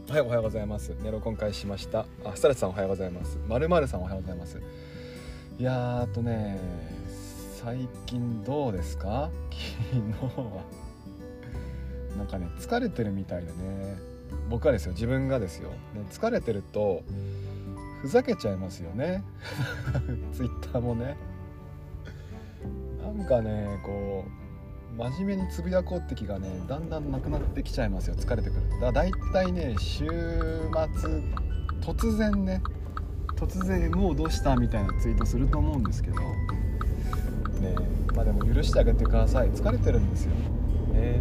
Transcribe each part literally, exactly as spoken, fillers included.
はい、おはようございます。ネロ今回しました。あ、スタレスさんおはようございます。まるまるさんおはようございます。いやーあとね、最近どうですか？昨日はなんかね疲れてるみたいでね。僕はですよ、自分がですよ、ね、疲れてるとふざけちゃいますよね。ツイッターもね、なんかねこう真面目につぶやこうって気がねだんだんなくなってきちゃいますよ、疲れてくると。だからだいたいね週末突然ね突然もうどうしたみたいなツイートすると思うんですけどね。まあでも許してあげてください。疲れてるんですよね。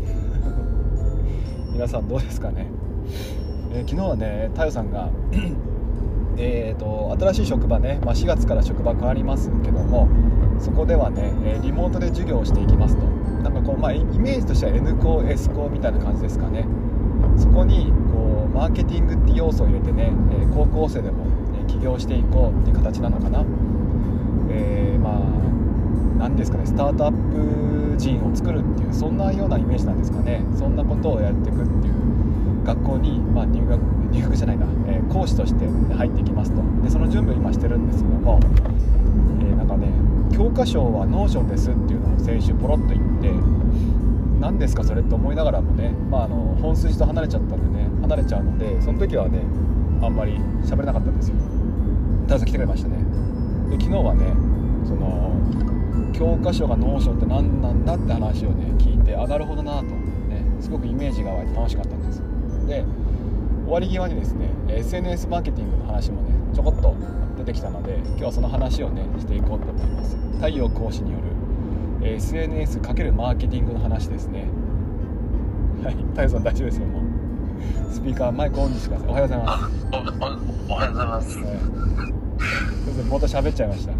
皆さんどうですかね。えー、昨日はね太陽さんがえーと新しい職場ね、まあ、しがつから職場変わりますけども、そこではねリモートで授業をしていきますと。なんかこう、まあ、イメージとしては N 校 S 校みたいな感じですかね。そこにこうマーケティングって要素を入れてね、高校生でも起業していこうっていう形なのかな。えー、まあ何ですかね、スタートアップ人を作るっていう、そんなようなイメージなんですかね。そんなことをやっていくっていう学校に、まあ、入学入学じゃないな、えー、講師として入っていきますと。でその準備を今してるんですけども、えー、なんかね教科書はノーションですっていうのを先週ポロッと言って、何ですかそれって思いながらもね、まあ、あの本筋と離れちゃったんでね離れちゃうので、その時はねあんまり喋れなかったんですよ。太陽さん来てくれましたね。で昨日はねその教科書がノーションって何なんだって話をね聞いて、あなるほどなと、ね、すごくイメージが湧いて楽しかったんです。で終わり際にですね エスエヌエス マーケティングの話もねちょこっと出てきたので、今日はその話をねしていこうと思います。太陽講師による エスエヌエス× マーケティングの話ですね。はい、太陽さん大丈夫ですよ。もうスピーカーマイクオンにしてください。おはようございます。 お, お, おはようございます。 はい、冒頭喋っちゃいました。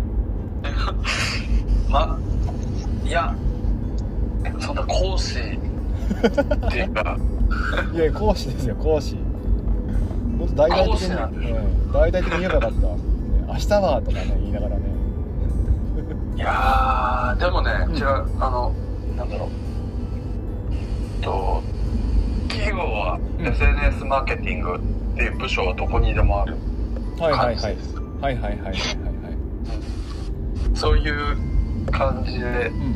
まいやそんな講師っていうかいや講師ですよ、講師。もっと大々的に、ね、大々的に言えばよかった、ね、明日はとかね言いながらね。 いやーでもね、うん、違う、あのなんだろうと企業は エスエヌエス マーケティングっていう部署はどこにでもある感じです。 はいはいはいはいはいはいはいはい。 そういう感じで、うん、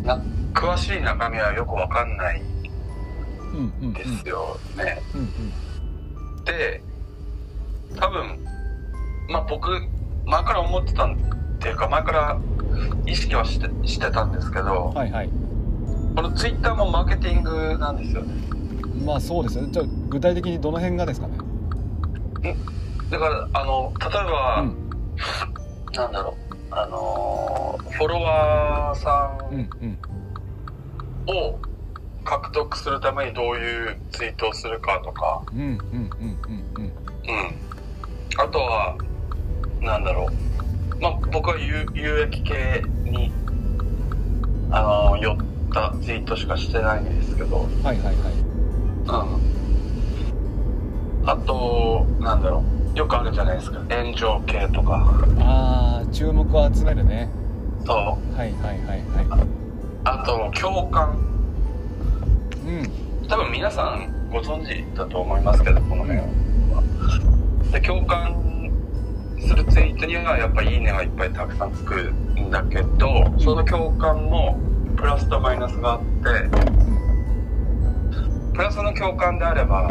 な詳しい中身はよくわかんないですよね。うんうん、で多分まあ僕前から思ってたっていうか前から意識はしてしてたんですけど、はいはい、このツイッターもマーケティングなんですよね。 まあそうですよね。じゃあ具体的にどの辺がですかね。 んだからあの例えば、うん、なんだろうあのフォロワーさんを獲得するためにどういうツイートをするかとか、うんうんうんうんうんうんあとはなんだろう、まあ僕は有, 有益系にあの寄ったツイートしかしてないんですけど、はいはいはい、うん、あとなんだろうよくあるじゃないですか、炎上系とか。 ああ注目を集めるね。 そうはいはいはいはい。あ, あと共感、うん多分皆さんご存知だと思いますけどこの辺は、で共感するツイートにはやっぱりいいねがいっぱいたくさんつくんだけど、その共感もプラスとマイナスがあって、プラスの共感であれば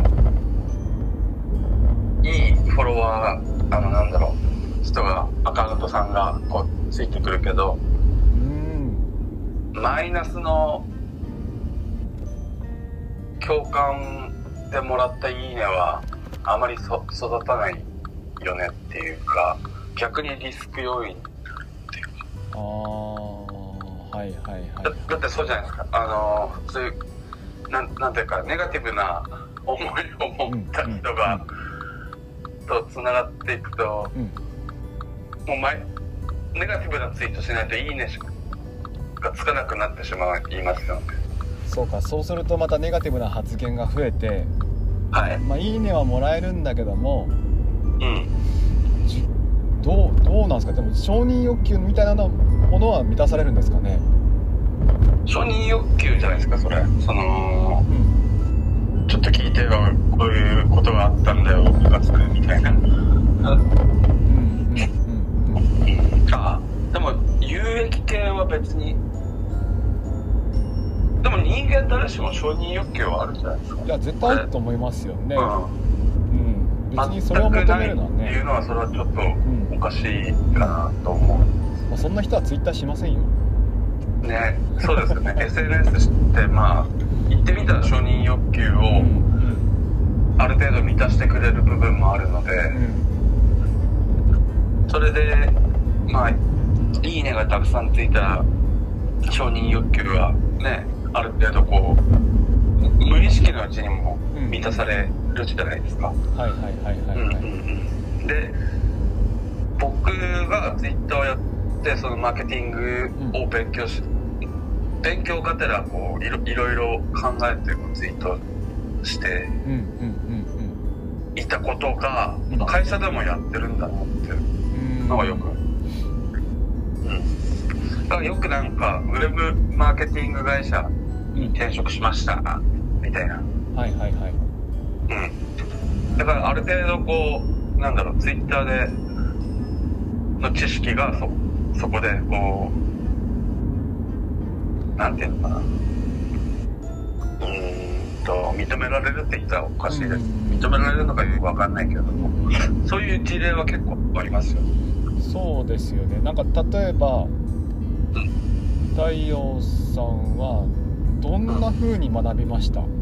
いいフォロワーあのなんだろう人がアカウントさんがこうついてくるけど、マイナスの共感でもらったいいねはあまりそ育たないよねっていうか、逆にリスク要因っていうか。ああはいはいはい、 だ, だってそうじゃないですか。あのそういうなんなんていうかネガティブな思いを持った人が、うんうん、とつながっていくと、うん、もう前ネガティブなツイートしないといいねしかがつかなくなってしまいますよね。 そうか、そうするとまたネガティブな発言が増えて、 はいまあ、いいねはもらえるんだけども、 うん、 どう、どうなんですか。でも承認欲求みたいなものは満たされるんですかね。 承認欲求じゃないですかそれ。その、うん、ちょっと聞いてよ、こういうことがあったんだよ部活みたいな。うんうんうん。あ、でも有益系は別に。でも人間誰しも承認欲求はあるんじゃないですか。 いや絶対あると思いますよね。うん、うん、別にそれ全を求くないっめるのはね。 ていうのはそれはちょっとおかしいかなと思う。 まあ、そんな人はツイッターしませんよ。 ね、そうですよね。エスエヌエス ってまあ言ってみたら承認欲求をある程度満たしてくれる部分もあるので、うん、それでまあいいねがたくさんついた承認欲求はね、ある程度こう無意識のうちにも満たされるじゃないですか。 はいはいはいはい、はい、うんうんうん、で僕がツイッターをやってそのマーケティングを勉強し、うん、勉強がてらこういろいろいろ考えてツイートしていたことが、うん、会社でもやってるんだなっていうのがよく、うん、だからよくなんかウェブマーケティング会社に転職しましたみたいな、 はいはいはい、 うん、だからある程度こうなんだろうツイッターでの知識が そ, そこでこうなんていうのかな、うーんと認められるって言ったらおかしいです。認められるのかよく分かんないけれども、そういう事例は結構ありますよ。 そうですよね。なんか例えば、うん、太陽さんはどんな風に学びました？うん、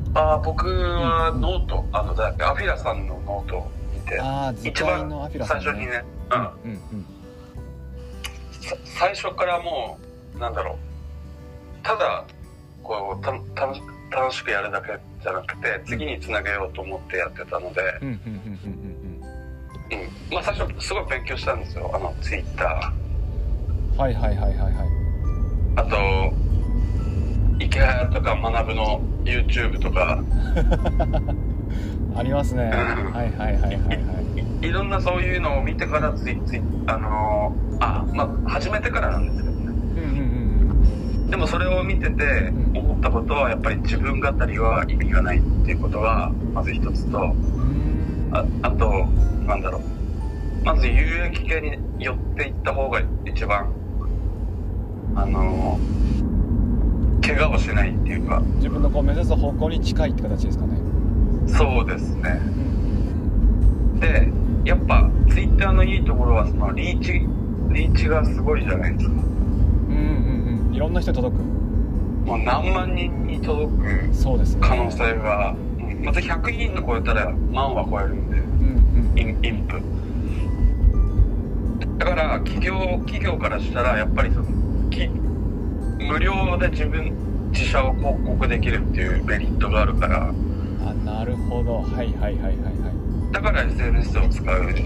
あ僕はノート、うん、あのだアフィラさんのノートを見て、 あ図解のアフィラさん、ね、 一番最初にね、うんうんうん、最初からもうなんだろう、ただこうたた楽しくやるだけじゃなくて次につなげようと思ってやってたので、まあ最初すごい勉強したんですよ、あのツイッター。 はいはいはいはいはい。 あと池谷とか学ぶの YouTube とかありますね。はいはいはいはいはい。 いろんなそういうのを見てからついついあのー、あまあ始めてからなんですけどね。うんうんうん。でもそれを見てて思ったことはやっぱり自分語りは意味がないっていうことがまず一つと、あ, あとなんだろう、まず有益系に寄っていった方が一番あのー、怪我をしないっていうか、 自分のこう目指す方向に近いって形ですかね。 そうですね。でやっぱツイッターのいいところはそのリーチリーチがすごいじゃないですか。うんうんうん。いろんな人に届く。 もう何万人に届く可能性が、ね、まずひゃくにんの超えたら万は超えるんで、うんうん、イン、インプだから企業企業からしたらやっぱりそのき無料で自分自社を広告できるっていうメリットがあるから。 あ、なるほど。はいはいはいはいはい。 だから エスエヌエス を使う、うん、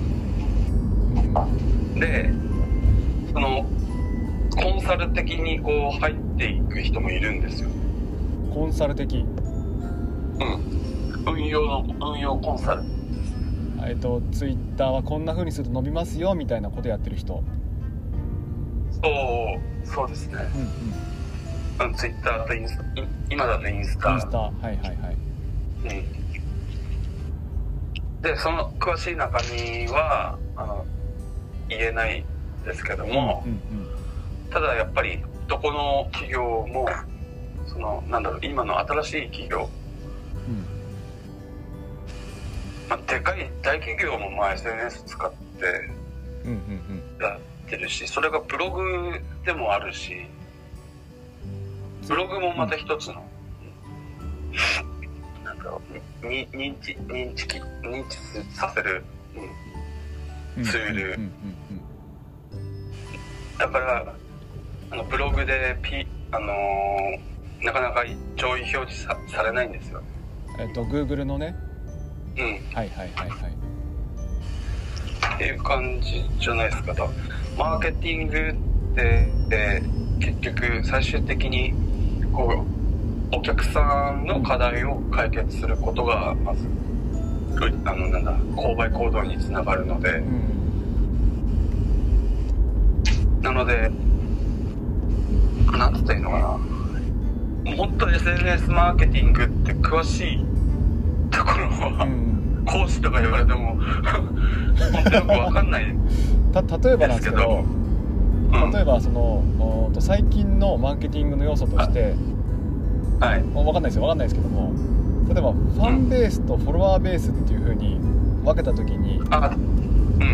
でそのコンサル的にこう入っていく人もいるんですよ。 コンサル的、うん運用の運用コンサル、 えっとツイッターはこんな風にすると伸びますよみたいなことやってる人。 そうそうですね。うんうん、ツイッターとインスタ、今だとインスタインスタはいはいはい、 うんでその詳しい中身はあの言えないですけども、うんうんうん、ただやっぱりどこの企業もそのなんだろう今の新しい企業、うんまあ、でかい大企業もまあ エスエヌエス 使ってやってるし、それがブログでもあるし、ブログもまた一つの、うん、なんだろうに認知認知認知させる、うん、ツールだからあのブログで、P あのー、なかなか上位表示 さ, されないんですよ。 えっと Google のね、 うん、 はいはいはいはいっていう感じじゃないですか。マーケティングってで結局最終的にこうお客さんの課題を解決することがまずあのなんだ購買行動につながるので、うん、なのでなんつっていいのかな、も本当 エスエヌエス マーケティングって詳しいところは、うん、講師とか言われても本当よく分かんないた例えばなんですけど、うん、例えばその最近のマーケティングの要素として、はい、分かんないですよ分かんないですけども、例えばファンベースとフォロワーベースっていう風に分けた時に、あ、うん、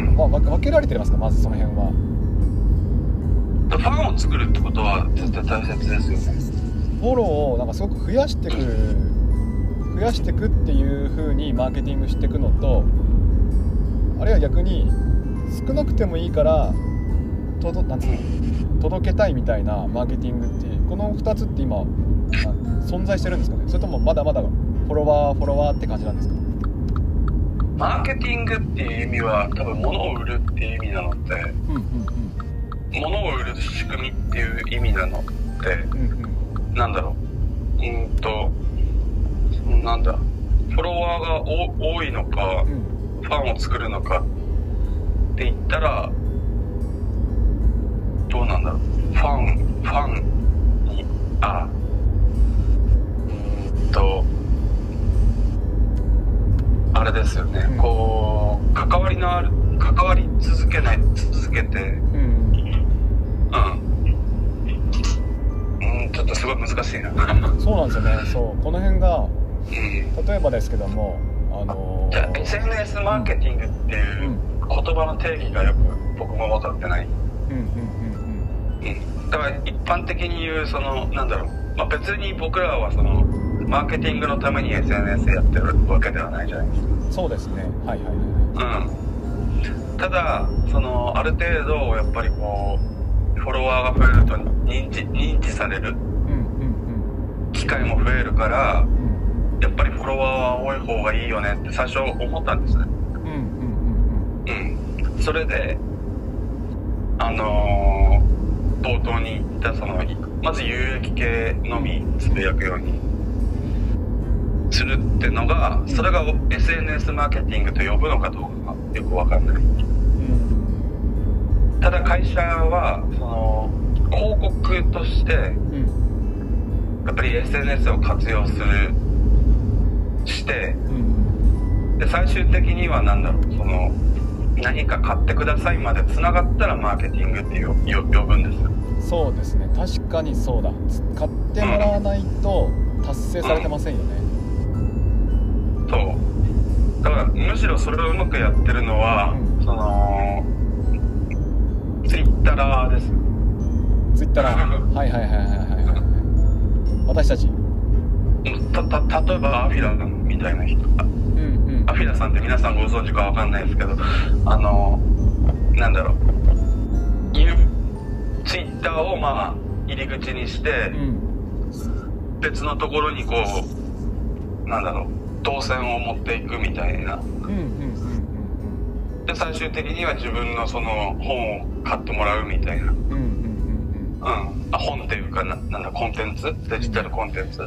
まあ、分けられてますか、まずその辺は。 ファンを作るってことは絶対大切ですよね。 フォローをなんかすごく増やしてく増やしてくっていう風にマーケティングしていくのと、あるいは逆に少なくてもいいからとどなんつうの届けたいみたいなマーケティングっていう、このふたつって今存在してるんですかね。それともまだまだフォロワーフォロワーって感じなんですか。 マーケティングっていう意味は多分物を売るっていう意味なので、うんうんうん、物を売る仕組みっていう意味なので、うんうん、なんだろううんとなんだフォロワーがお多いのか、うん、ファンを作るのかって言ったらどうなんだろう。ファンファンにあうんとあれですよね、うん、こう関わりのある関わり続けない続けてうんうん、うん、ちょっとすごい難しいなそうなんですよね。そうこの辺が、うん、例えばですけども、あのー、 じゃあ エスエヌエス マーケティングっていう言葉の定義がよく僕も分かってない。うんうんうんうん、だから一般的に言うそのなんだろう、まあ、別に僕らはそのマーケティングのために エスエヌエス やってるわけではないじゃないですか。 そうですね、はいはいはい、うん、ただそのある程度やっぱりこうフォロワーが増えると認知認知される機会も増えるから、うん、やっぱりフォロワーは多い方がいいよねって最初思ったんですね。うんうんうんうん、それであのー、冒頭に言ったそのまず有益系のみつぶやくようにするってのが、それが エスエヌエス マーケティングと呼ぶのかどうかよく分かんない、うん、ただ会社はその広告としてやっぱり エスエヌエス を活用するしてで最終的には何だろうその何か買ってくださいまでつながったらマーケティングって呼ぶんですよ。 そうですね、確かにそうだ。買ってもらわないと達成されてませんよね、 うん、そうだからむしろそれをうまくやってるのは、うん、そのツイッターです。 ツイッターはいはいはいはいはい私たちたた例えばアフィラみたいな人、うんうん、アフィラさんって皆さんご存知かわかんないですけど、あのなんだろうツイッターをまあ入り口にして、うん、別のところにこうなんだろう動線を持っていくみたいな、うんうんうんうん、で最終的には自分のその本を買ってもらうみたいな、うんうんうんうん、あ本っていうか な, なんだコンテンツデジタルコンテンツ、うん、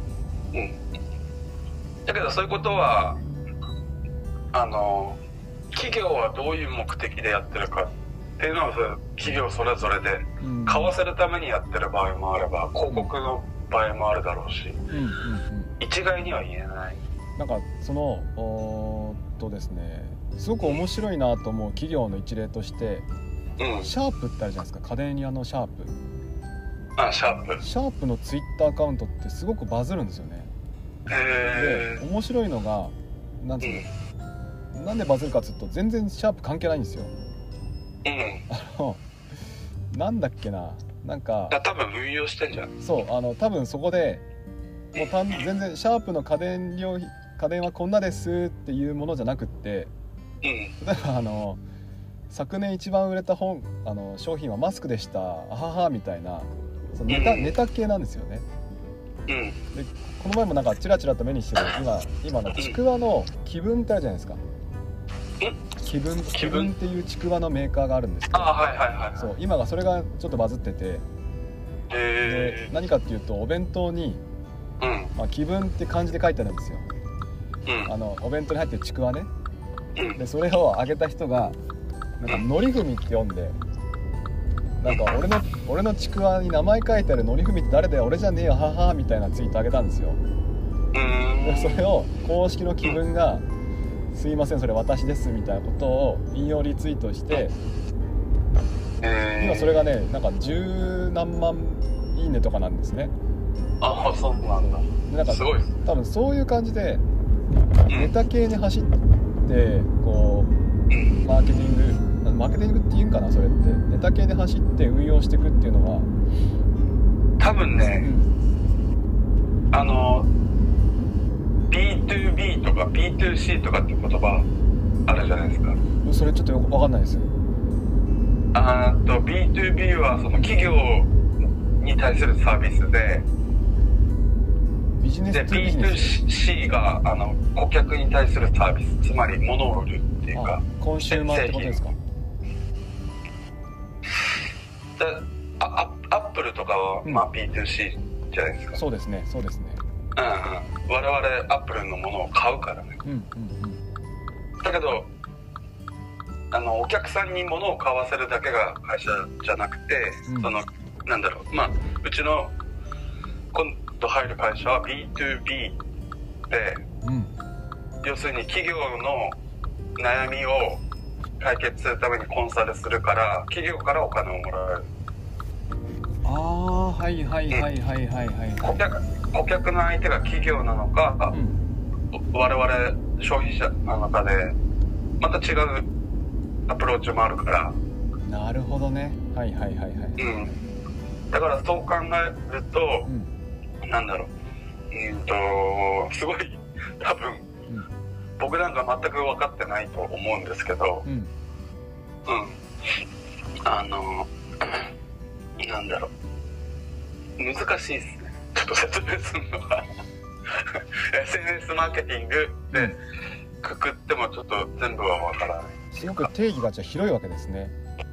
だけどそういうことはあの企業はどういう目的でやってるかっていうのは企業それぞれで買わせるためにやってる場合もあれば広告の場合もあるだろうし、うんうんうん、一概には言えない。 なんかそのおーっとですねすごく面白いなと思う企業の一例として、うん、シャープってあるじゃないですか。家電屋のシャープ。 あ、シャープ。 シャープのツイッターアカウントってすごくバズるんですよね。へー。で面白いのがなんつうの、うん、なんでバズるかっていうと全然シャープ関係ないんですよ。うん、あのなんだっけななんか多分運用してんじゃん。 そうあの多分そこでもう単全然シャープの家電用家電はこんなですっていうものじゃなくって、うん、例えばあの昨年一番売れた本あの商品はマスクでしたあははみたいなそのネタ、うん、ネタ系なんですよね、うん、でこの前もなんかチラチラと目にしてる今今のちくわの気分ってあるじゃないですか。気分気分っていうちくわのメーカーがあるんですけど、あ、はいはいはい、そう今がそれがちょっとバズってて、で何かっていうとお弁当に、うんまあ、気分って漢字で書いてあるんですよ、うん、あのお弁当に入ってるちくわね、うん、でそれをあげた人がなんかのりふみって読んでなんか俺の俺のちくわに名前書いてあるのりふみって誰だよ、俺じゃねえよははみたいなツイートあげたんですよ。それを公式の気分がすいませんそれ私ですみたいなことを引用リツイートして、今それがねなんか十何万いいねとかなんですね。 ああ、そうなんだ。 でなんかすごいです。 多分そういう感じでネタ系に走ってこうマーケティングマーケティングっていうんかな、それってネタ系で走って運用していくっていうのは多分ね、うん、あの ビーツービー とか ビーツーシー とかって言葉あるじゃないですか。 それちょっとよく分かんないですよ。 あと ビーツービー はその企業に対するサービスで、 ビジネスで ビーツーシー があの顧客に対するサービス、つまり物を売るっていうか、 コンシューマーってことですか。 でアップルとかは、うん、まあ ビーツーシー じゃないですか。 そうですねそうですね。 うんうん、我々アップルのものを買うからね、うんうんうん、だけどあのお客さんに物を買わせるだけが会社じゃなくて、うん、そのなんだろう、まあうちの今度入る会社は ビーツービー で、うん、要するに企業の悩みを解決するためにコンサルするから企業からお金をもらえる。 ああはいはいはいはいはいはい、はい、 顧客顧客の相手が企業なのか、うん、我々消費者の中でまた違うアプローチもあるから。 なるほどね。はいはいはいはい、 うん、だからそう考えると、うん、なんだろう、うんとすごい多分、うん、僕なんか全く分かってないと思うんですけど、うん、うん、あのなんだろう、難しいですね、ちょっと説明するのがエスエヌエス マーケティングでくくってもちょっと全部はわからない。 すごく定義がじゃあ広いわけですね。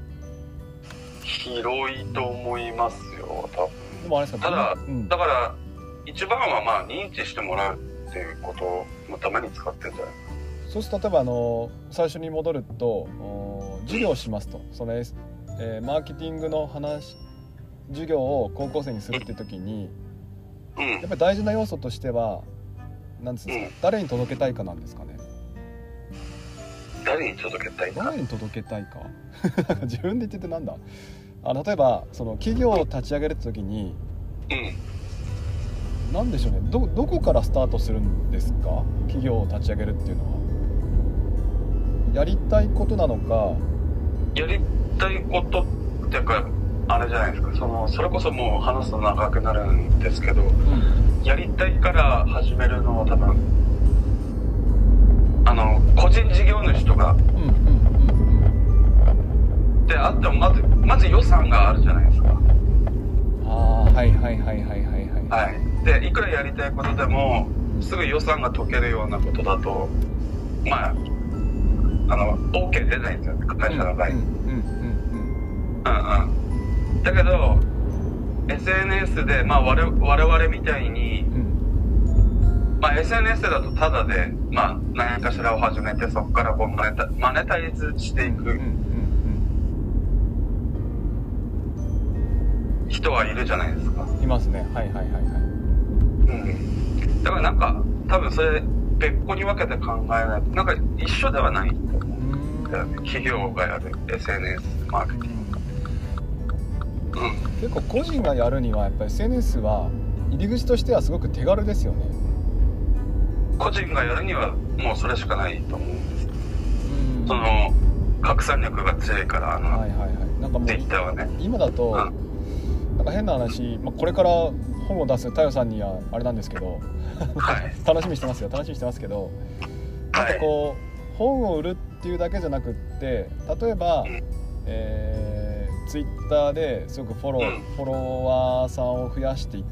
広いと思いますよ多分。 でもあれですか、 ただ、うん、だから一番はまあ認知してもらうっていうことのために使ってるんじゃないですか。 そうすると例えばあの最初に戻ると授業をしますと、その、えー、マーケティングの話授業を高校生にするっていう時に、うん、やっぱり大事な要素としては何ですか、うん、誰に届けたいかなんですかね。 誰に届けたいか誰に届けたいか自分で言っててなんだあ例えばその企業を立ち上げるって時に、うん、なんでしょうね、 ど, どこからスタートするんですか。企業を立ち上げるっていうのはやりたいことなのか。 やりたいことっていうかあれじゃないですか、そのそれこそもう話すと長くなるんですけど、うん、やりたいから始めるのは多分あの個人事業主とか、うんうんうん、であってもまずまず予算があるじゃないですか。 ああはいはいはいはいはいはい、 はい、でいくらやりたいことでもすぐ予算が解けるようなことだとまああの OK 出ないんですよ会社の場合。うんうんうんうん、だけど エスエヌエス で、まあ、我, 我々みたいに、うんまあ、エスエヌエス だとタダで、まあ、何かしらを始めてそこからこうマネタ、マネタイズしていく人はいるじゃないですか。 いますね。はいはいはいはい、 うん、だからなんか多分それ別個に分けて考えないとなんか一緒ではないと思うんだよね、企業がやる エスエヌエス マーケティング。うん、 結構個人がやるにはやっぱり エスエヌエス は入り口としてはすごく手軽ですよね。 個人がやるにはもうそれしかないと思うんです。うんその拡散力が強いからあの、はいはいはい、なんかもう Twitter はね今だと、うん、なんか変な話、まあ、これから本を出す太陽さんにはあれなんですけど、はい、楽しみにしてますよ楽しみにしてますけど、なんかこう、はい、本を売るっていうだけじゃなくって例えば、うんえー、ツイッターですごくフォロー、うん、フォロワーさんを増やしていって、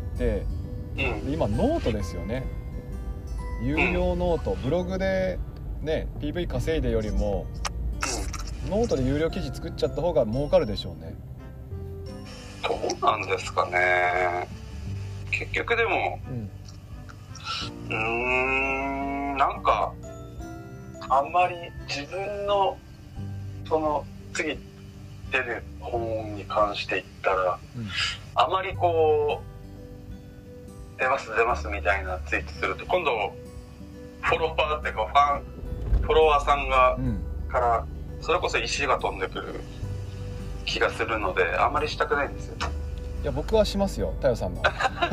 うん、で今ノートですよね。有料ノート、ブログでね ピーブイ 稼いでよりもノートで有料記事作っちゃった方が儲かるでしょうね。 どうなんですかね。結局でもうん、うーんなんかあんまり自分のその次出る本に関して言ったら、 うん、 あまりこう出ます出ますみたいなツイートすると今度フォロワーっていうかファンフォロワーさんが、うん、からそれこそ石が飛んでくる気がするのであんまりしたくないんですよ。 いや僕はしますよ、太陽さんの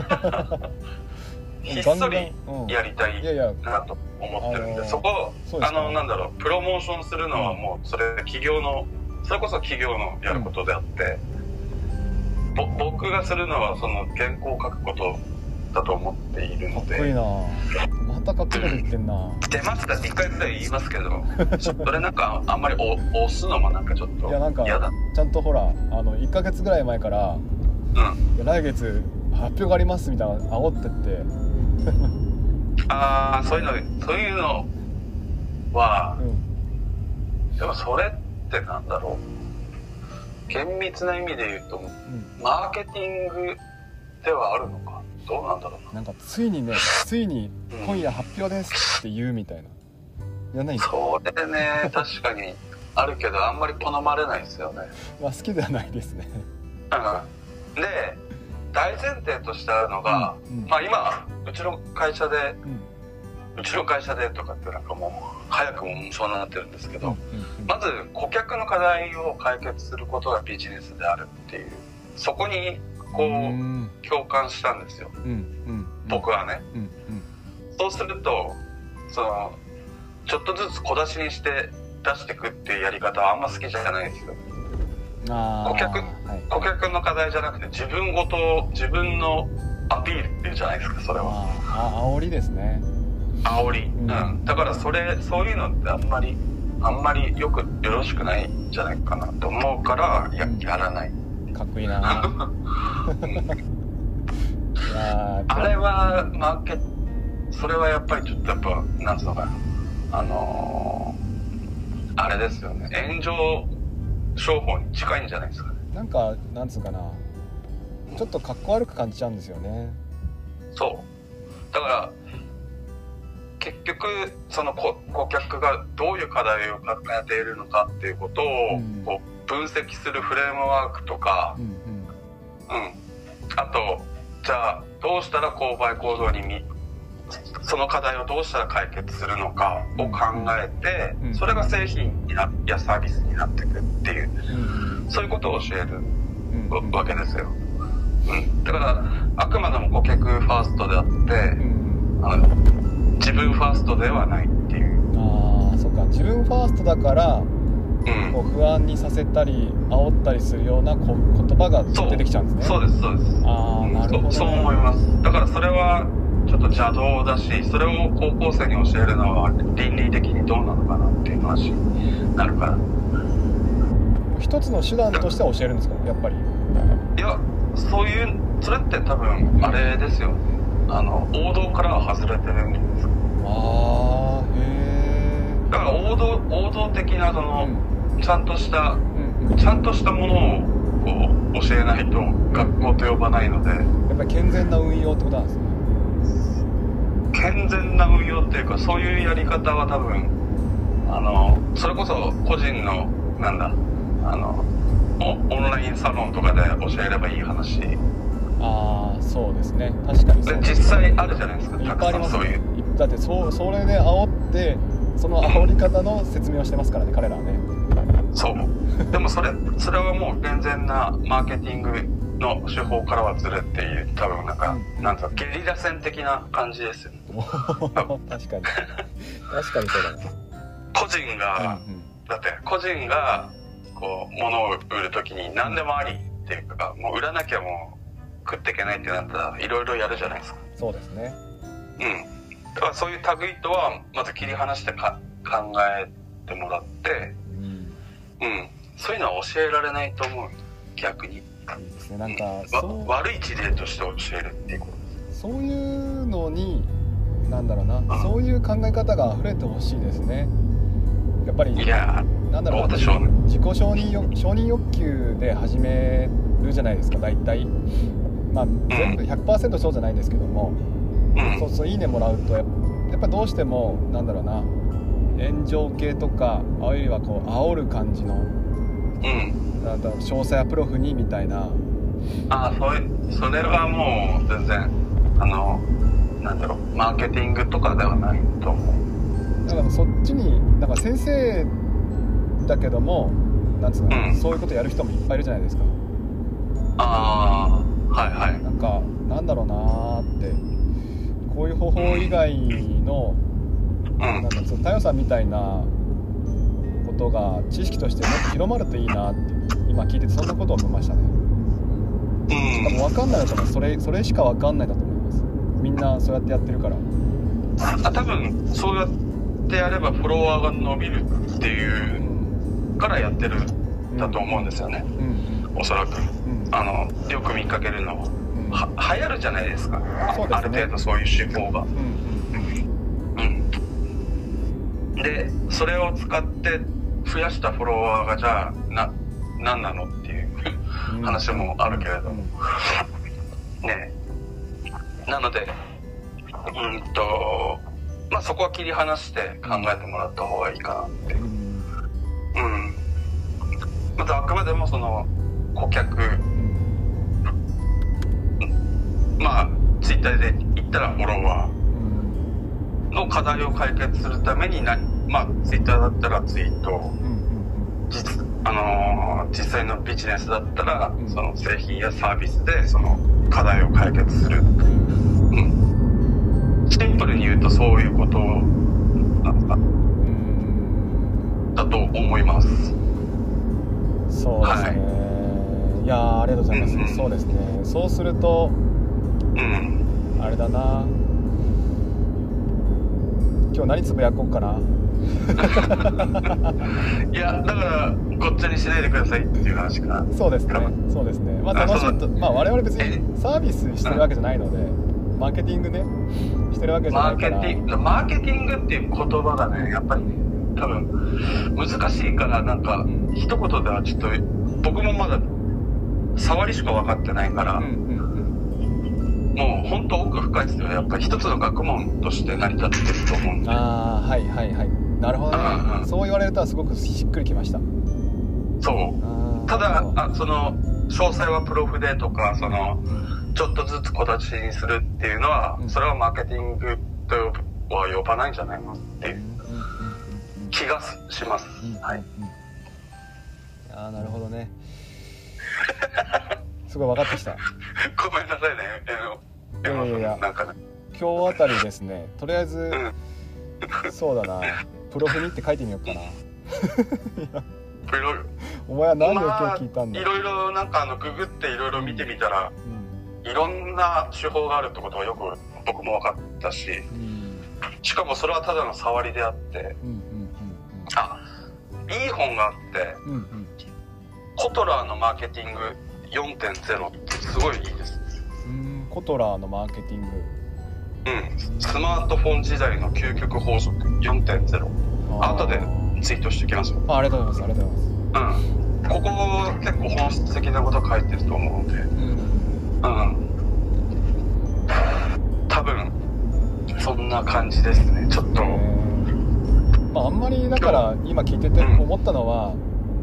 ひっそりやりたいなと思ってるんで、そこあのなんだろうプロモーションするのはもうそれ企業のそれこそ企業のやることであって、うん、ぼ僕がするのはその原稿を書くことだと思っているので。 かっこいいな、またかっこいいこと言ってんな。 出ますかっていっかいぐらい言いますけどそれなんかあんまり押すのもなんかちょっと嫌だ。いやなんかちゃんとほらあのいっかげつぐらい前から、うん、来月発表がありますみたいな煽ってってああそういうのそういうのは、うん、でもそれってなんだろう厳密な意味で言うと、うん、マーケティングではあるのかどうなんだろうな。 なんかついにねついに今夜発表ですって言うみたいな、うん、やないんですか。 それね確かにあるけどあんまり好まれないですよねまあ好きではないですねうんで大前提としてあるのが、うんうん、まあ今うちの会社で、うん、うちの会社でとかってなんかもう早くもそうなってるんですけど、うんうんうん、まず顧客の課題を解決することがビジネスであるっていうそこにこう、うん、共感したんですよ、うんうんうん、僕はね、うんうん、そうするとそのちょっとずつ小出しにして出していくっていうやり方はあんま好きじゃないですよ。 あ顧客、はい、顧客の課題じゃなくて自分ごと自分のアピールっていうじゃないですかそれは。 ああ煽りですね。 煽り、うん、うん、だからそれそういうのってあんまりあんまりよくよろしくないんじゃないかなと思うからや、うん、やらない。 かっこいいなうん、いやあれはマーケそれはやっぱりちょっとやっぱなんつうのかなあのー、あれですよね炎上商法に近いんじゃないですかね。 なんかなんつうかなちょっとかっこ悪く感じちゃうんですよね。 そうだから結局その顧客がどういう課題を抱えているのかっていうことをこう分析するフレームワークとか、うんうんうん、あとじゃあどうしたら購買行動にみその課題をどうしたら解決するのかを考えて、うんうん、それが製品になやサービスになっていくっていう、うんうん、そういうことを教えるわけですよ、うん、だからあくまでも顧客ファーストであって、うん、あの自分ファーストではないっていう。 ああ、そっか自分ファーストだから、うん、こう不安にさせたり煽ったりするようなこ言葉が出てきちゃうんですね。 そうですそうです。 ああ、なるほど、ね、 そ, そう思います。だからそれはちょっと邪道だしそれを高校生に教えるのは倫理的にどうなのかなっていう話になるから一つの手段としては教えるんですかやっぱり。 いやそういうそれって多分あれですよねあの王道からは外れてるんじゃないですか。 あーへえ。 だから王道王道的なその、うん、ちゃんとした、うんうん、ちゃんとしたものをこう教えないと学校と呼ばないので、やっぱり健全な運用ってことなんですね。 健全な運用っていうかそういうやり方は多分あのそれこそ個人のなんだあのオンラインサロンとかで教えればいい話。 ああそうですね確かにそう。 実際あるじゃないですか。 いっぱいありますね。そういうだってそそれで煽ってその煽り方の説明をしてますからね彼らはね。 そうでもそれそれはもう健全なマーケティングの手法からはずれている多分なんか、うん、なんかゲリラ戦的な感じですよね確かに確かにそうだね。 個人が、うんうん、だって個人がこう物を売るときに何でもありっていうかもう売らなきゃもう食っていけないってなったらいろいろやるじゃないですか。 そうですね。 うんだからそういう類とはまず切り離してか考えてもらって、うん、うん、そういうのは教えられないと思う逆に。 いいですねなんか、うん、 そう悪い事例として教えるっていうことです。 そういうのになんだろうな、うん、そういう考え方が溢れてほしいですねやっぱり。いやなんだろう、 どうでしょうね。 自己承認欲承認欲求で始めるじゃないですか大体。まあ全部 ひゃくパーセント そうじゃないんですけども、うん、そうそういいねもらうとやっぱどうしてもなんだろうな炎上系とかあるいはこう煽る感じのうんだから詳細はプロフにみたいな。 ああ、それそれはもう全然あのなんだろう、マーケティングとかではないと思う。 だからそっちになんか先生だけどもなんつうの、うん、そういうことやる人もいっぱいいるじゃないですか。 ああ、はいはい。 なんかなんだろうなーって、こういう方法以外の、うん、なんかその太陽さんみたいなことが知識としてもっと広まるといいなって今聞いててそんなことを思いましたね。うん、多分分かんないだと思う。それそれしか分かんないだと思います。みんなそうやってやってるから。 あ、多分そうやってやればフォロワーが伸びるっていうからやってるんだと思うんですよね、うんうん、おそらく、うん、あのよく見かけるのは、うん、は流行るじゃないですか。そうですね、ある程度そういう手法が、うんうんうん、でそれを使って増やしたフォロワーがじゃあな何なのっていう話もあるけれども、うん、ねえ、なのでうんとまあそこは切り離して考えてもらった方がいいかなって、うん、うん、またあくまでもその顧客、うん、まあツイッターで言ったらフォロワーの課題を解決するためにな、まあツイッターだったらツイート、実あのー、実際のビジネスだったらその製品やサービスでその課題を解決する、うん、シンプルに言うとそういうことなんかだと思います。 そうですね、はい、いやありがとうございます、うんうん、そうですね。そうすると、うん、あれだな、今日何つぶやこうかな。 いやだからごっちゃにしないでくださいっていう話かな。 そうですね、そうですね。まあ楽しいと、まあ我々別にサービスしてるわけじゃないので、マーケティングねしてるわけじゃないから。マーケティング、マーケティングっていう言葉がねやっぱりね多分難しいからなんか一言ではちょっと僕もまだ触りしか分かってないから、うんうんうん、もう本当奥深いですよ。やっぱり一つの学問として成り立ってると思うんで。ああはいはいはい、なるほどね、うんうん、そう言われるとはすごくしっくりきました。 そうただあその詳細はプロフでとかそのちょっとずつ小立ちにするっていうのは、うん、それはマーケティングとは呼ばないんじゃないのっていう気がします、うんうん、はい、 ああなるほどね。すごい分かってきた。 ごめんなさいね。 いやいやいやなんかね今日あたりですねとりあえず、うん、そうだなプロフにって書いてみようかな。 プロお前は何を今日聞いたんだ。 いろいろなんかあのググっていろいろ見てみたら、うん、いろんな手法があるってことはよく僕も分かったし、うん、しかもそれはただの触りであって、うんうんうんうん、あいい本があって、うんうん、コトラーのマーケティング よんてんゼロ ってすごいいいです。 うん、コトラーのマーケティング、 うん、スマートフォン時代の究極法則 よんてんゼロ。 あ後でツイートしておきますよ。 あ, ありがとうございます。ありがとうございます。 うん、ここ結構本質的なこと書いてると思うので、うん、うん、多分そんな感じですね。ちょっと、 まあ、あんまりだから今聞いてて思ったのは、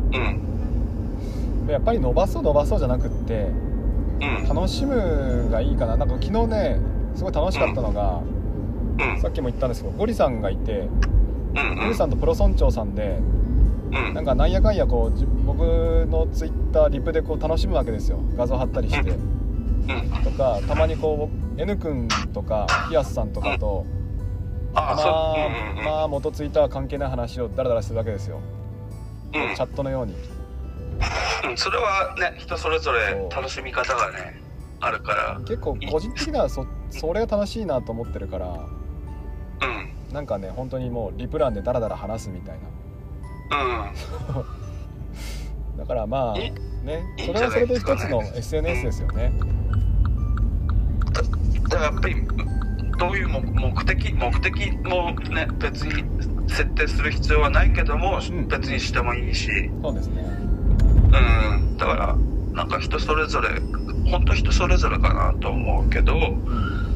うん、やっぱり伸ばそう伸ばそうじゃなくって、うん、楽しむがいいかな。なんか昨日ねすごい楽しかったのが、うん、さっきも言ったんですけどゴリさんがいて、うんうん、ゴリさんとプロ村長さんで、うん、なんかなんやかんやこう僕のツイッターリプでこう楽しむわけですよ。画像貼ったりして、うん、とかたまにこう N 君とかピアスさんとかと、うん、まあ、うんうん、まあ元ツイッターは関係ない話をダラダラするわけですよ、うん、チャットのように、 うん、それはね人それぞれ楽しみ方がねあるから結構個人的には そ, それが楽しいなと思ってるから、うん、なんかね本当にもうリプランでダラダラ話すみたいな、うん、だからまあねそれはそれで一つの エスエヌエス ですよね。 だからやっぱりどういう目的目的もね別に設定する必要はないけども、うん、別にしてもいいし、 そうですね、 うん、だからなんか人それぞれ本当人それぞれかなと思うけど、うん、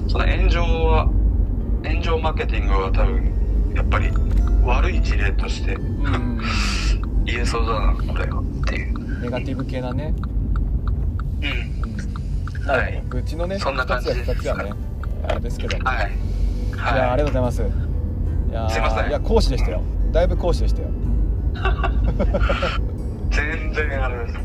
その炎上は炎上マーケティングは多分やっぱり悪い事例として、うん、 言えそうだなこれはっていう。 ネガティブ系なね。 うん、うん、はい。 うちのねそんな感じふたつやふたつはねあれですけども、 はい、はい、 いやありがとうございます。いやすいません。 いや講師でしたよ、うん、だいぶ講師でしたよ全然あれです。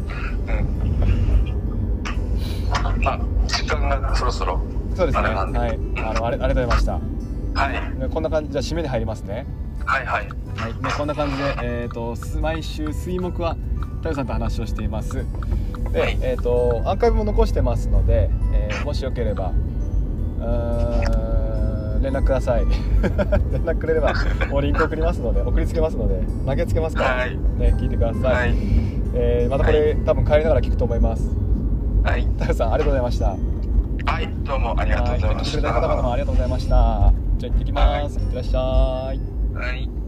うん。まあ時間がそろそろそうですね。はい。あのあれありがとうございました。 はい。 こんな感じじゃ締めに入りますね。 はいはい。 はい。ねこんな感じでえっ、ー、と毎週水木は太陽さんと話をしています。で、はい、えっ、ー、とアーカイブも残してますので、えー、もしよければうーん連絡ください。連絡くれればもうリンク送りますので送りつけますので投げつけますから、はい、ね聞いてください。はい。えー、またこれ、はい、多分帰りながら聞くと思います。はい。太陽さんありがとうございました。 はい、どうもありがとうございました。 はい、来てくれた方々もありがとうございました。じゃあ行ってきます。はい、いってらっしゃい。 はい。